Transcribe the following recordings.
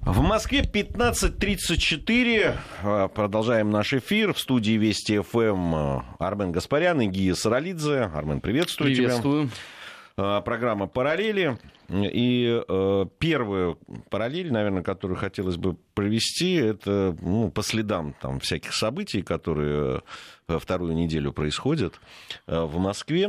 В Москве 15:34. Продолжаем наш эфир. В студии Вести ФМ Армен Гаспарян и Гия Саралидзе. Армен, приветствую тебя. Приветствую. Программа «Параллели». И первую параллель, наверное, которую хотелось бы провести, это по следам там, всяких событий, которые вторую неделю происходят в Москве.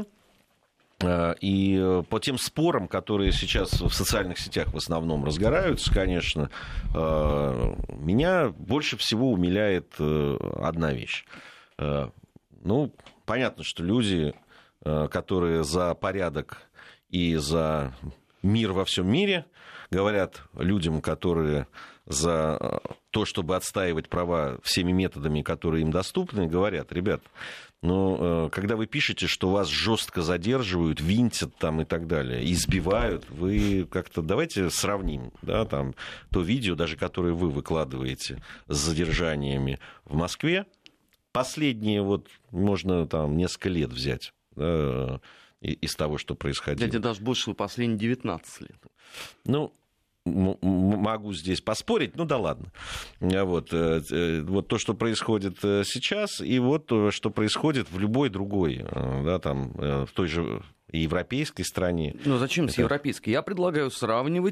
И по тем спорам, которые сейчас в социальных сетях в основном разгораются, конечно, меня больше всего умиляет одна вещь. Понятно, что люди, которые за порядок и за мир во всем мире, говорят людям, которые за то, чтобы отстаивать права всеми методами, которые им доступны, говорят: ребят, когда вы пишете, что вас жестко задерживают, винтят там и так далее, избивают, вы как-то давайте сравним, да, там, то видео, даже которое вы выкладываете с задержаниями в Москве, последние можно там несколько лет взять, да, из того, что происходило. Я тебе даже больше последние 19 лет. Могу здесь поспорить, да ладно. Вот то, что происходит сейчас, и то, что происходит в любой другой, да, там, в той же европейской стране. Зачем с европейской? Я предлагаю сравнивать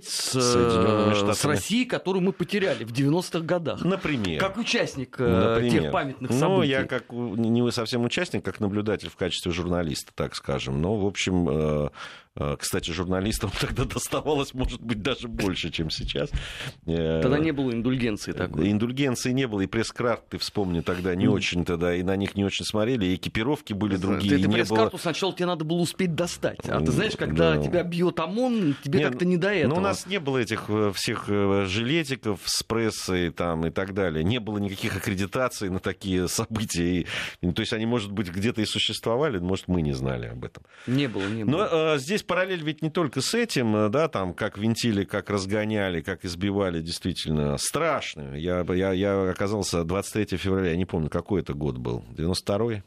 с Россией, которую мы потеряли в 90-х годах. Например. Как участник тех памятных событий. Я как не совсем участник, как наблюдатель в качестве журналиста, так скажем. Но, в общем, кстати, журналистам тогда доставалось, может быть, даже больше, чем сейчас. Тогда не было индульгенции такой. Индульгенции не было, и пресс-карты, вспомни, тогда не очень-то, да, и на них не очень смотрели, и экипировки были другие. Ты пресс-карту сначала тебе надо было успеть достать. А ты знаешь, когда тебя бьет ОМОН, тебе как-то не до этого. У нас не было этих всех жилетиков с прессой там, и так далее. Не было никаких аккредитаций на такие события. То есть они, может быть, где-то и существовали, может, мы не знали об этом. Не было. Но здесь параллель ведь не только с этим, да, там, как винтили, как разгоняли, как избивали, действительно страшно. Я оказался 23 февраля, я не помню, какой это год был, 92-й?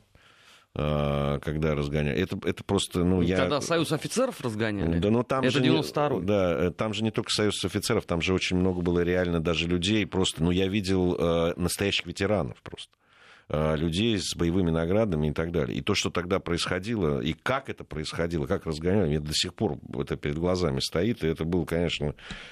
Когда разгоняли. Это просто, Когда Союз офицеров разгоняли? Да, там это 92-й. Да, там же не только Союз офицеров, там же очень много было реально даже людей, просто, я видел настоящих ветеранов просто. Людей с боевыми наградами и так далее. И то, что тогда происходило, и как это происходило, как разгоняли, мне до сих пор это перед глазами стоит, и это было, конечно,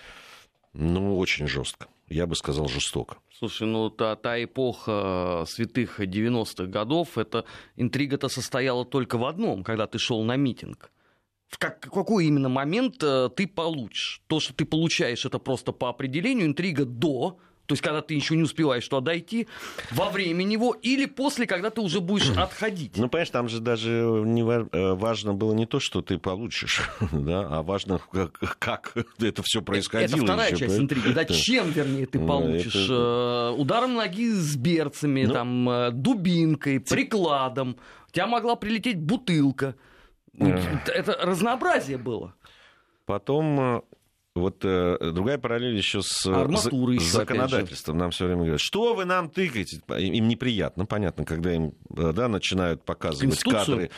очень жестко. Я бы сказал, жестоко. Слушай, та эпоха святых 90-х годов, интрига-то состояла только в одном, когда ты шел на митинг. В какой именно момент ты получишь? То, что ты получаешь, это просто по определению интрига до... То есть, когда ты еще не успеваешь туда дойти, во время него, или после, когда ты уже будешь отходить. Понимаешь, там же даже не важно было не то, что ты получишь, да, а важно, как это все происходило. Это вторая часть интриги. Да, чем, вернее, ты получишь? Ударом ноги с берцами, дубинкой, прикладом. У тебя могла прилететь бутылка. Это разнообразие было. Потом... другая параллель еще с законодательством. Нам все время говорят, что вы нам тыкаете? Им неприятно, понятно, когда им начинают показывать кадры,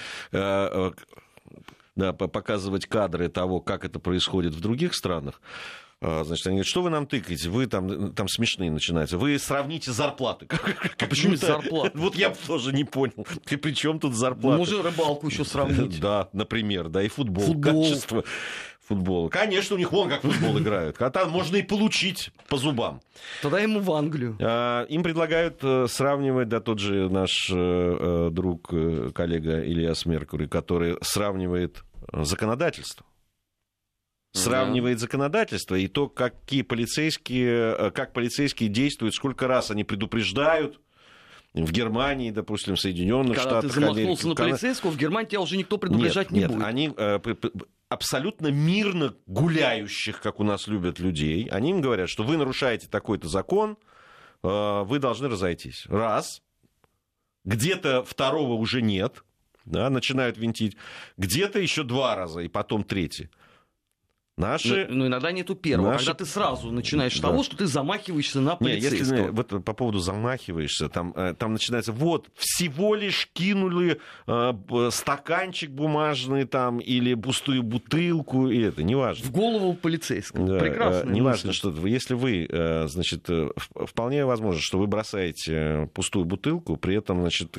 показывать кадры того, как это происходит в других странах. Значит, они говорят, что вы нам тыкаете? Вы там смешные начинаются. Вы сравните зарплаты. Почему зарплаты? Я тоже не понял. При чем тут зарплаты? Можно рыбалку еще сравнить. Да, например, да, и футбол. Качество футбола. Конечно, у них вон как футбол играют. А там можно и получить по зубам. Тогда ему в Англию. Им предлагают сравнивать, тот же наш друг, коллега Ильяс Меркурий, который сравнивает законодательство. Сравнивает законодательство и то, как полицейские действуют, сколько раз они предупреждают. В Германии, допустим, в Соединенных Штатах. Когда ты замахнулся на полицейского, в Германии тебя уже никто предупреждать не будет. Они абсолютно мирно гуляющих, как у нас любят людей, они им говорят, что вы нарушаете такой-то закон, вы должны разойтись. Раз. Где-то второго уже нет, да, начинают винтить. Где-то еще 2 раза, и потом 3. Но иногда нету первого, когда ты сразу начинаешь с того, что ты замахиваешься на полицейского. Если вот по поводу замахиваешься, там начинается, вот, всего лишь кинули стаканчик бумажный там или пустую бутылку, и это, неважно. В голову полицейского. Да, прекрасно. Неважно, что если вы, значит, вполне возможно, что вы бросаете пустую бутылку, при этом, значит,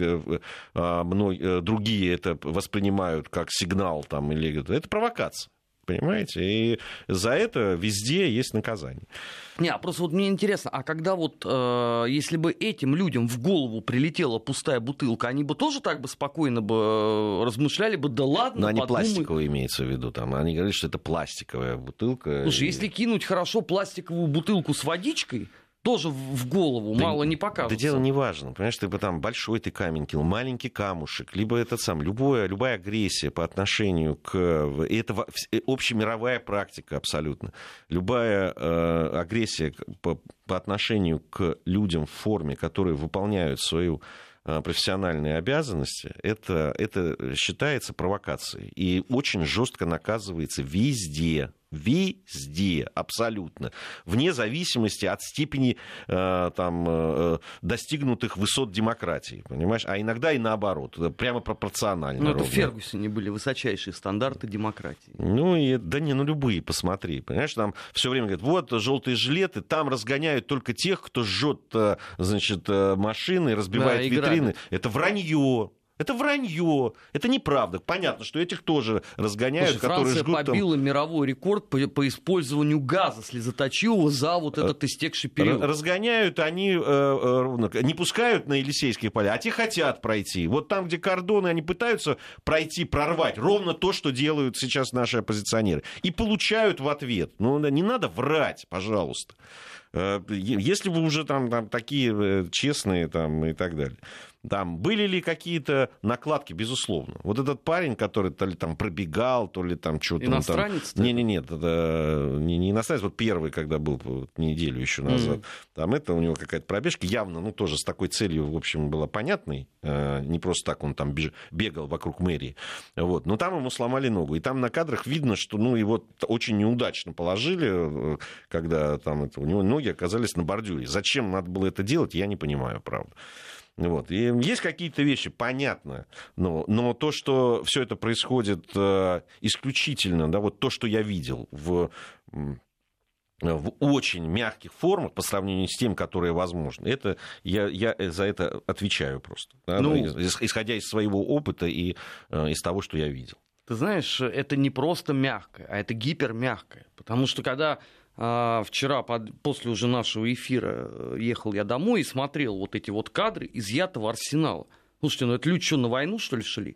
другие это воспринимают как сигнал там, или это провокация. Понимаете? И за это везде есть наказание. Не, просто вот мне интересно, а когда вот, если бы этим людям в голову прилетела пустая бутылка, они бы тоже так бы спокойно бы размышляли бы, да ладно, но они подумай. пластиковые имеется в виду, там, они говорят, что это пластиковая бутылка. Слушай, если кинуть хорошо пластиковую бутылку с водичкой, тоже в голову, да, мало не покажется. Да дело не важно, понимаешь, ты бы там большой ты камень кинул, маленький камушек, либо любая агрессия по отношению к... Это общемировая практика абсолютно. Любая агрессия по отношению к людям в форме, которые выполняют свою профессиональные обязанности, это считается провокацией и очень жестко наказывается везде. Везде, абсолютно. Вне зависимости от степени достигнутых высот демократии, понимаешь? А иногда и наоборот, прямо пропорционально. Ну, это в Фергюсоне были высочайшие стандарты демократии. Любые, посмотри. Понимаешь, там все время говорят, вот желтые жилеты, там разгоняют только тех, кто жжет, значит, машины, разбивает витрины. Это вранье. Это вранье, это неправда. Понятно, что этих тоже разгоняют, которые Франция жгут побила мировой рекорд по использованию газа слезоточивого за вот этот истекший период. Разгоняют они, не пускают на Елисейские поля, а те хотят пройти. Вот там, где кордоны, они пытаются пройти, прорвать. Ровно то, что делают сейчас наши оппозиционеры. И получают в ответ. Не надо врать, пожалуйста. Если вы уже там такие честные там, и так далее. Там были ли какие-то накладки? Безусловно. Вот этот парень, который то ли там пробегал, то ли там что-то... Иностранец? Нет, это не иностранец. Вот первый, когда был неделю еще назад. Там это у него какая-то пробежка. Явно, тоже с такой целью, в общем, была понятной. Не просто так он там бегал вокруг мэрии. Вот. Но там ему сломали ногу. И там на кадрах видно, что его очень неудачно положили, когда там у него ноги оказались на бордюре. Зачем надо было это делать, я не понимаю, правда. Вот. И есть какие-то вещи, понятно, но то, что все это происходит исключительно, да, вот то, что я видел в очень мягких формах по сравнению с тем, которые возможны, это я за это отвечаю просто, да, исходя из своего опыта и из того, что я видел. Ты знаешь, это не просто мягкое, а это гипермягкое, потому что когда... Вчера, после уже нашего эфира, ехал я домой и смотрел вот эти вот кадры изъятого арсенала. Слушайте, это люди что, на войну, что ли, шли?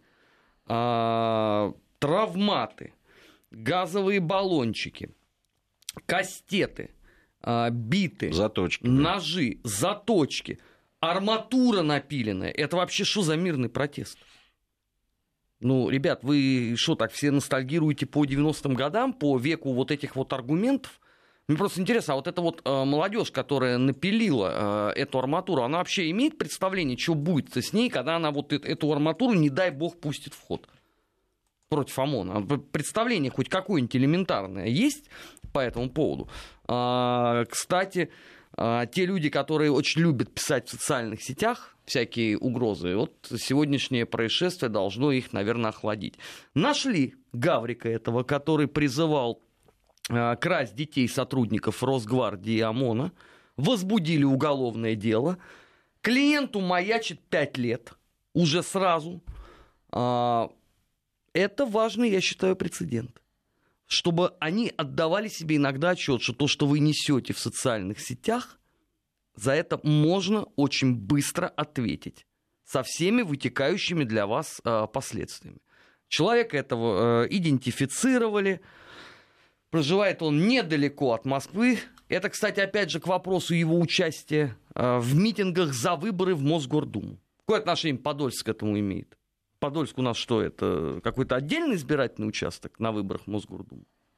Травматы, газовые баллончики, кастеты, биты, заточки, ножи, заточки, арматура напиленная. Это вообще что за мирный протест? Ребят, вы что, так все ностальгируете по 90-м годам, по веку вот этих вот аргументов? Мне просто интересно, а вот эта вот молодежь, которая напилила эту арматуру, она вообще имеет представление, что будет с ней, когда она вот эту арматуру, не дай бог, пустит в ход против ОМОНа? Представление хоть какое-нибудь элементарное есть по этому поводу? Кстати, те люди, которые очень любят писать в социальных сетях всякие угрозы, вот сегодняшнее происшествие должно их, наверное, охладить. Нашли Гаврика этого, который призывал красть детей сотрудников Росгвардии и ОМОНа, возбудили уголовное дело. Клиенту маячит 5 лет, уже сразу. Это важный, я считаю, прецедент. Чтобы они отдавали себе иногда отчет, что то, что вы несете в социальных сетях, за это можно очень быстро ответить со всеми вытекающими для вас последствиями. Человека этого идентифицировали. Проживает он недалеко от Москвы. Это, кстати, опять же, к вопросу его участия в митингах за выборы в Мосгордуму. Какое отношение Подольск к этому имеет? Подольск у нас что, это какой-то отдельный избирательный участок на выборах в Мосгордуму?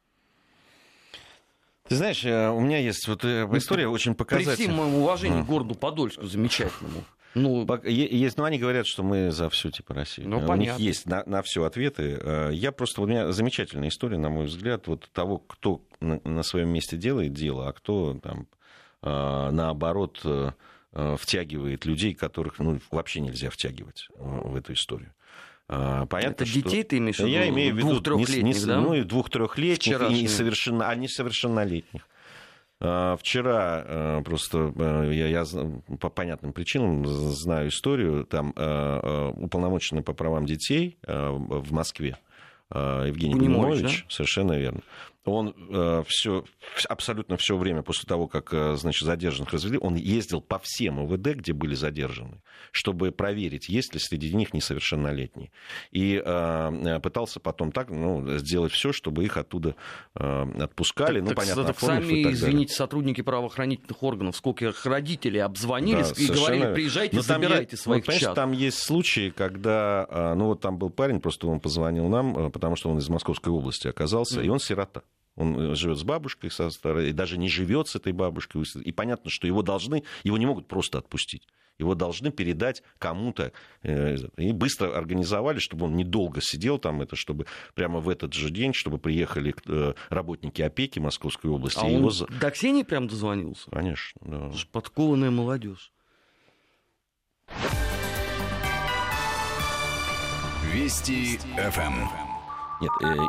Ты знаешь, у меня есть вот история очень показательная. При всем моем уважении к городу Подольску замечательному. Есть, но они говорят, что мы за всю Россию. Ну, у понятно. них есть на все ответы. У меня замечательная история, на мой взгляд, вот того, кто на своем месте делает дело, а кто там наоборот втягивает людей, которых вообще нельзя втягивать в эту историю. Понятно, это детей ты имеешь в виду? Я имею в виду двух-трехлетних, да? И двух-трехлетних, и несовершеннолетних. Вчера просто я по понятным причинам знаю историю, там уполномоченный по правам детей в Москве Евгений Бунимович, да? Совершенно верно. Он абсолютно все время после того, как, значит, задержанных развели, он ездил по всем ОВД, где были задержаны, чтобы проверить, есть ли среди них несовершеннолетние. И пытался потом так сделать все, чтобы их оттуда отпускали. Понятно, сами, извините, сотрудники правоохранительных органов, сколько их родителей обзвонили, да, и говорили, приезжайте, забирайте своих чад. Там есть случаи, когда, там был парень, просто он позвонил нам, потому что он из Московской области оказался, и он сирота. Он живет с бабушкой, и даже не живет с этой бабушкой. И понятно, что его не могут просто отпустить. Его должны передать кому-то. И быстро организовали, чтобы он недолго сидел там, чтобы прямо в этот же день, чтобы приехали работники опеки Московской области. А он до Ксении прям дозвонился? Конечно, да. Это же подкованная молодежь. Вести ФМ. Нет,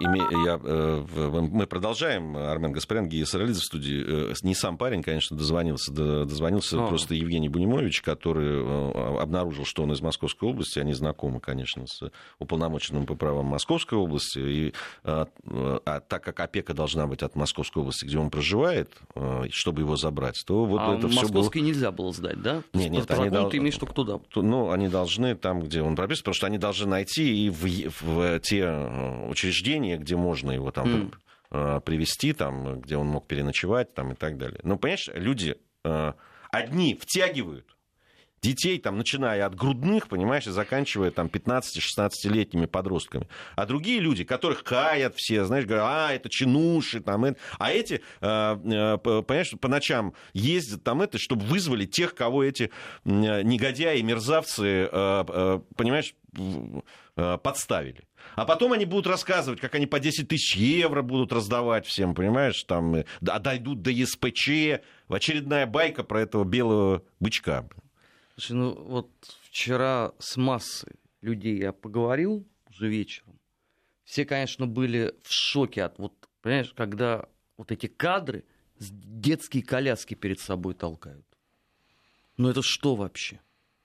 мы продолжаем. Армен Гаспарян, Гия Саралидзе в студии. Не сам парень, конечно, дозвонился просто Евгений Бунимович, который обнаружил, что он из Московской области. Они знакомы, конечно, с уполномоченным по правам Московской области. И, так как опека должна быть от Московской области, где он проживает, чтобы его забрать, то вот это все было... Московский нельзя было сдать, да? Нет, ты имеешь только туда. Они должны там, где он прописан, потому что они должны найти и в те учреждения, где можно его там привезти, там, где он мог переночевать там, и так далее. Но, понимаешь, люди одни втягивают детей, там, начиная от грудных, понимаешь, и заканчивая там 15-16-летними подростками. А другие люди, которых каят все, знаешь, говорят, это чинуши, там, а эти, понимаешь, по ночам ездят там чтобы вызвали тех, кого эти негодяи, мерзавцы, понимаешь, подставили. А потом они будут рассказывать, как они по 10 тысяч евро будут раздавать всем, понимаешь, там, дойдут до ЕСПЧ. Очередная байка про этого белого бычка. Слушай, вот вчера с массой людей я поговорил уже вечером. Все, конечно, были в шоке от, понимаешь, когда вот эти кадры детские коляски перед собой толкают. Это что вообще?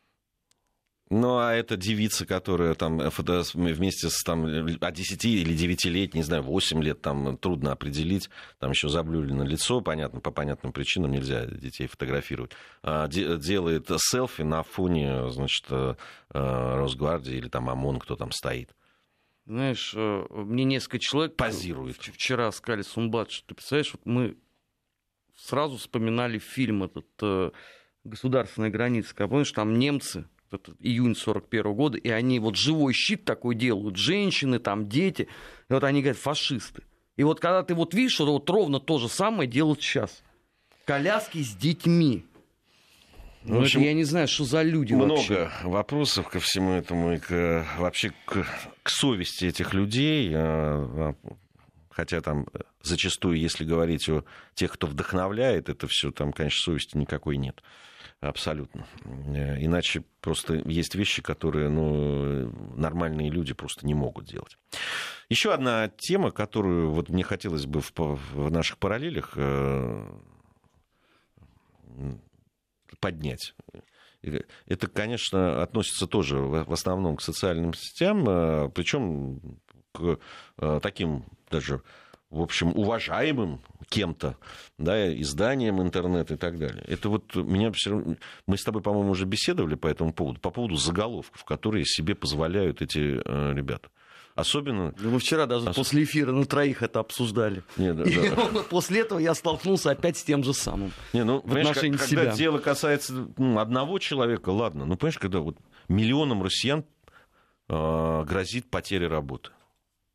А это девица, которая там вместе с от 10 или 9 лет, не знаю, 8 лет, там трудно определить, там еще заблюрено лицо, понятно, по понятным причинам нельзя детей фотографировать, делает селфи на фоне, значит, Росгвардии или там ОМОН, кто там стоит. Знаешь, мне несколько человек позирует. Вчера сказали, Сумбат, что ты представляешь, мы сразу вспоминали фильм этот «Государственная граница», помнишь, там немцы, это июнь 41 года, и они живой щит такой делают, женщины, там, дети, и они говорят, фашисты. И когда ты видишь, что ровно то же самое делают сейчас. Коляски с детьми. В общем, я не знаю, что за люди много вообще. Много вопросов ко всему этому, и вообще к совести этих людей. Хотя там зачастую, если говорить о тех, кто вдохновляет это все, там, конечно, совести никакой нет. Абсолютно. Иначе просто есть вещи, которые нормальные люди просто не могут делать. Еще одна тема, которую мне хотелось бы в наших параллелях поднять. Это, конечно, относится тоже в основном к социальным сетям, причем к таким даже, в общем, уважаемым кем-то, да, изданием интернета и так далее. Это меня все равно... Мы с тобой, по-моему, уже беседовали по этому поводу, по поводу заголовков, которые себе позволяют эти ребята. Особенно... Мы вчера даже после эфира на троих это обсуждали. После этого я столкнулся опять с тем же самым. В отношении себя. Когда дело касается одного человека, ладно. Понимаешь, когда миллионам россиян грозит потеря работы.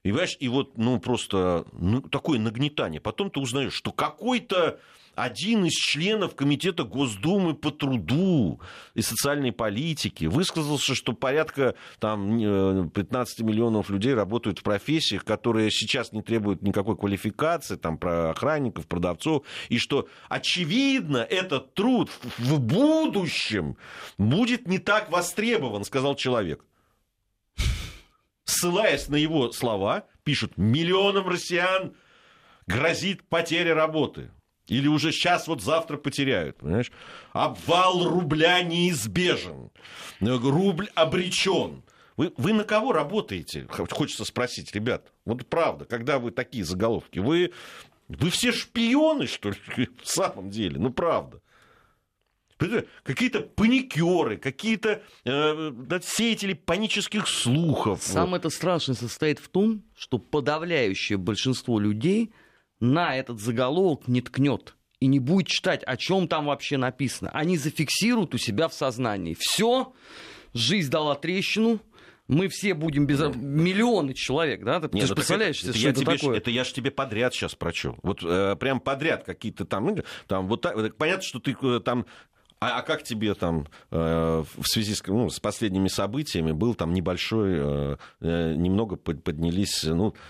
И, понимаешь, и вот, ну, просто такое нагнетание. Потом ты узнаешь, что какой-то один из членов Комитета Госдумы по труду и социальной политике высказался, что порядка там, 15 миллионов людей работают в профессиях, которые сейчас не требуют никакой квалификации, там, про охранников, продавцов, и что, очевидно, этот труд в будущем будет не так востребован, сказал человек. Ссылаясь на его слова, пишут, миллионам россиян грозит потеря работы. Или уже сейчас, вот завтра потеряют, понимаешь? Обвал рубля неизбежен. Рубль обречен. Вы на кого работаете? Хочется спросить, ребят. Вот правда, когда вы такие заголовки, вы все шпионы, что ли, в самом деле? Ну, правда. Какие-то паникеры, какие-то сеятели панических слухов. Самое это страшное состоит в том, что подавляющее большинство людей на этот заголовок не ткнет и не будет читать, о чем там вообще написано. Они зафиксируют у себя в сознании. Все, жизнь дала трещину, мы все будем без... Миллионы человек, да? Ты же представляешь, что это такое? Это я же тебе подряд сейчас прочел. Вот прям подряд какие-то там вот так, понятно, что ты там... А как тебе там в связи с последними событиями был там небольшой, немного поднялись,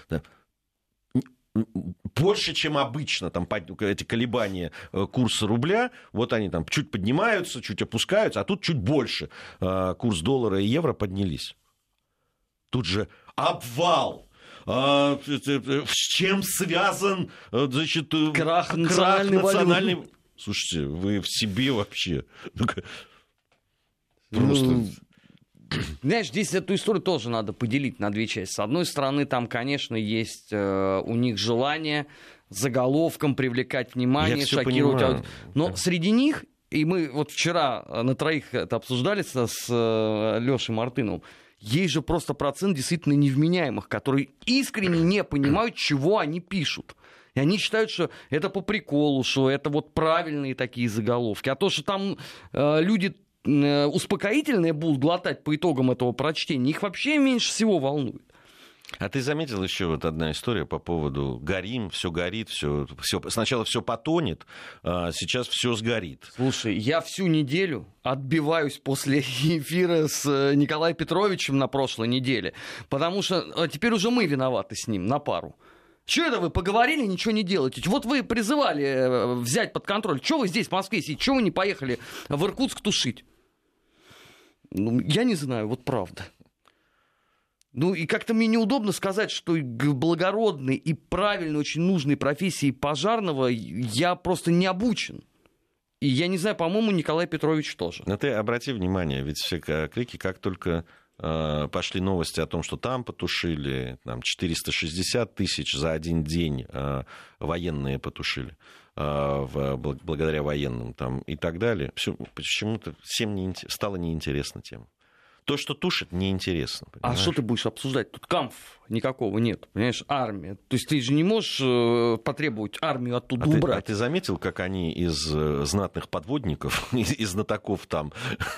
больше, чем обычно, там эти колебания курса рубля, вот они там чуть поднимаются, чуть опускаются, а тут чуть больше курс доллара и евро поднялись. Тут же обвал. С чем связан, значит, крах национальной... Слушайте, вы в себе вообще. Просто... Знаешь, здесь эту историю тоже надо поделить на две части. С одной стороны, там, конечно, есть у них желание заголовком привлекать внимание, шокировать. Но среди них, и мы вот вчера на троих это обсуждали с Лешей Мартыновым, есть же просто процент действительно невменяемых, которые искренне не понимают, чего они пишут. И они считают, что это по приколу, что это вот правильные такие заголовки. А то, что там люди успокоительные будут глотать по итогам этого прочтения, их вообще меньше всего волнует. А ты заметил еще вот одна история по поводу горим, все горит, все сначала все потонет, а сейчас все сгорит. Слушай, я всю неделю отбиваюсь после эфира с Николаем Петровичем на прошлой неделе, потому что теперь уже мы виноваты с ним на пару. Что это вы поговорили, ничего не делаете? Вот вы призывали взять под контроль. Что вы здесь, в Москве, сидите? Чего вы не поехали в Иркутск тушить? Ну, я не знаю, вот правда. Ну, и как-то мне неудобно сказать, что к благородной и правильной, очень нужной профессии пожарного я просто не обучен. И я не знаю, по-моему, Николай Петрович тоже. Но ты обрати внимание, ведь все крики, как только... пошли новости о том, что там потушили, там 460 тысяч за один день военные потушили, благодаря военным там, и так далее. Почему-то всем стало неинтересна тема. То, что тушит, неинтересно. Понимаешь? А что ты будешь обсуждать? Тут камф никакого нет, понимаешь, армия. То есть ты же не можешь потребовать армию оттуда убрать. А ты заметил, как они из знатных подводников, из знатоков там,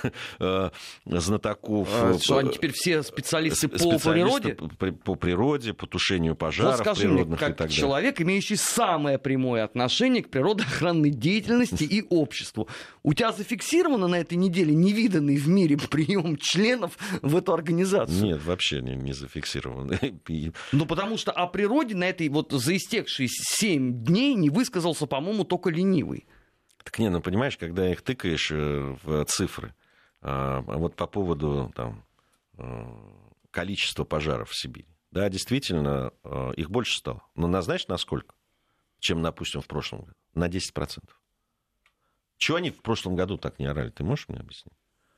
знатоков... Что они теперь все специалисты по природе? По природе, по тушению пожаров вот скажи природных мне, и так далее. Человек, имеющий самое прямое отношение к природоохранной деятельности и обществу. У тебя зафиксировано на этой неделе невиданный в мире прием членов в эту организацию? Нет, вообще не зафиксировано. Ну, потому что о природе на этой вот за истекшие 7 дней не высказался, по-моему, только ленивый. Так не, ну, понимаешь, когда их тыкаешь в цифры, вот по поводу там, количества пожаров в Сибири, да, действительно, их больше стало. Но знаешь, на сколько? Чем, допустим, в прошлом году? На 10%. Чего они в прошлом году так не орали? Ты можешь мне объяснить?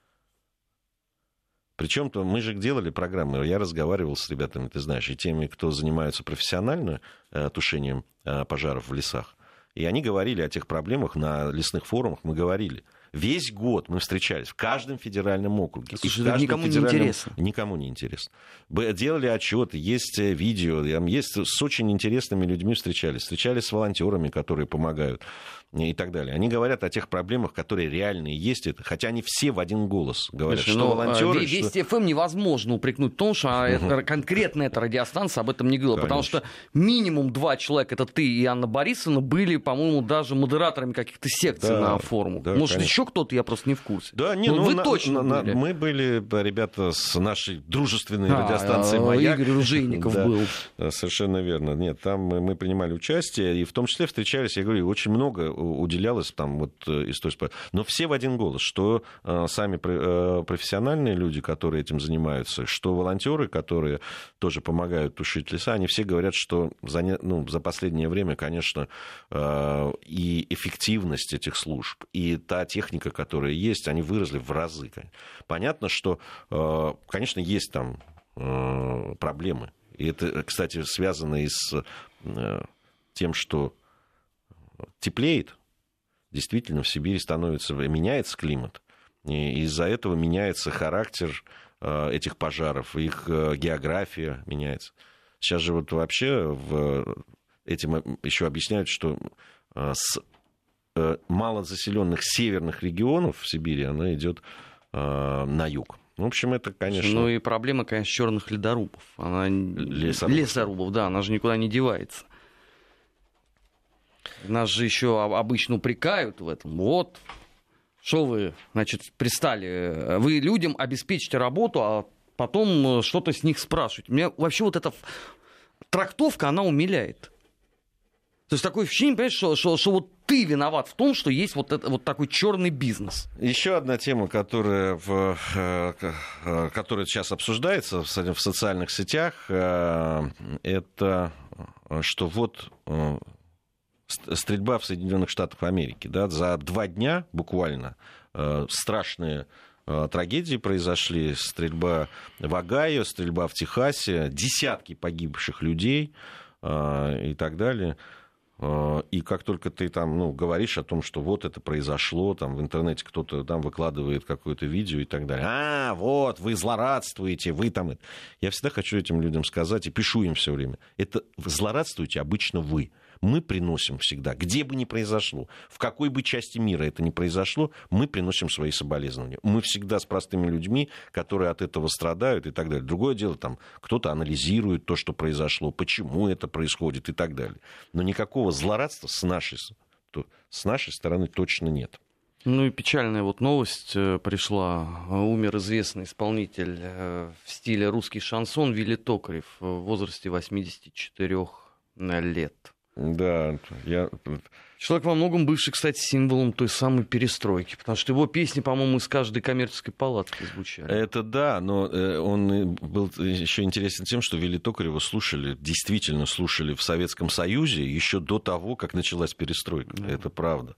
Причем-то мы же делали программы, я разговаривал с ребятами, ты знаешь, и теми, кто занимается профессионально тушением пожаров в лесах. И они говорили о тех проблемах на лесных форумах, мы говорили. Весь год мы встречались в каждом федеральном округе. Слушай, это никому не интересно. Никому не интересно. Делали отчеты, есть видео, есть с очень интересными людьми встречались с волонтерами, которые помогают и так далее. Они говорят о тех проблемах, которые реальные есть, хотя они все в один голос говорят, что волонтеры... Вести ФМ невозможно упрекнуть в том, что конкретно эта радиостанция об этом не говорила, потому что минимум 2 человека, это ты и Анна Борисовна, были, по-моему, даже модераторами каких-то секций на форумах. Может, конечно. Еще кто-то, я просто не в курсе. Да, вы точно были. Мы были, ребята, с нашей дружественной радиостанцией «Маяк». Игорь Ружейников был. Совершенно верно. Нет, там мы принимали участие, и в том числе встречались, я говорю, очень много уделялось там вот истории. Но все в один голос, что сами профессиональные люди, которые этим занимаются, что волонтеры, которые тоже помогают тушить леса, они все говорят, что за последнее время, конечно, и эффективность этих служб, и та техника, которая есть, они выросли в разы. Понятно, что, конечно, есть там проблемы. И это, кстати, связано и с тем, что теплеет. Действительно, в Сибири меняется климат. И из-за этого меняется характер этих пожаров, их география меняется. Сейчас же вот вообще этим еще объясняют, что с малозаселенных северных регионов в Сибири она идет на юг. В общем, это, конечно... Ну и проблема, конечно, черных ледорубов. Лесорубов, да, она же никуда не девается. Нас же еще обычно упрекают в этом. Вот, что вы, значит, пристали. Вы людям обеспечите работу, а потом что-то с них спрашиваете. Меня вообще вот эта трактовка, она умиляет. То есть такое ощущение, понимаешь, что вот ты виноват в том, что есть вот такой черный бизнес. Еще одна тема, которая сейчас обсуждается в социальных сетях, это что вот стрельба в Соединенных Штатах Америки. Да, за 2 дня буквально страшные трагедии произошли. Стрельба в Огайо, стрельба в Техасе, десятки погибших людей и так далее. И как только ты там, говоришь о том, что вот это произошло, там в интернете кто-то там выкладывает какое-то видео и так далее. Вот, вы злорадствуете, вы там... Я всегда хочу этим людям сказать, и пишу им все время. Это злорадствуете обычно вы. Мы приносим всегда, где бы ни произошло, в какой бы части мира это ни произошло, мы приносим свои соболезнования. Мы всегда с простыми людьми, которые от этого страдают и так далее. Другое дело, там кто-то анализирует то, что произошло, почему это происходит и так далее. Но никакого злорадства с нашей стороны точно нет. Ну и печальная вот новость пришла. Умер известный исполнитель в стиле русский шансон Вилли Токарев в возрасте 84 лет. Да, Человек во многом бывший, кстати, символом той самой перестройки, потому что его песни, по-моему, из каждой коммерческой палатки звучали. Это да, но он был еще интересен тем, что Вилли Токарева действительно слушали в Советском Союзе еще до того, как началась перестройка. Да. Это правда.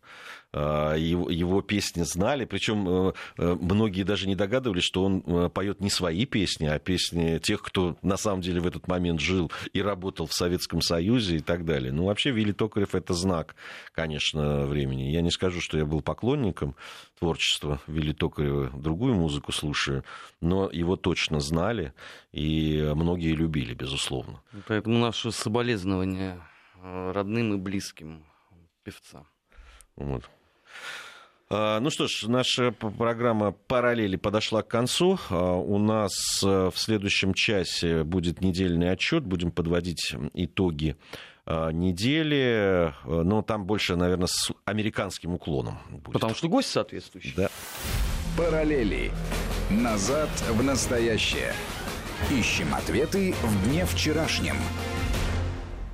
Его песни знали, причем многие даже не догадывались, что он поет не свои песни, а песни тех, кто на самом деле в этот момент жил и работал в Советском Союзе и так далее. Ну, вообще, Вилли Токарев — это знак, конечно, времени. Я не скажу, что я был поклонником творчества Вилли Токарева, другую музыку слушаю, но его точно знали, и многие любили, безусловно. Поэтому наше соболезнование родным и близким певца. Вот. Ну что ж, наша программа «Параллели» подошла к концу. У нас в следующем часе будет недельный отчет. Будем подводить итоги недели. Но там больше, наверное, с американским уклоном будет. Потому что гость соответствующий. Да. «Параллели. Назад в настоящее». Ищем ответы в дне вчерашнем.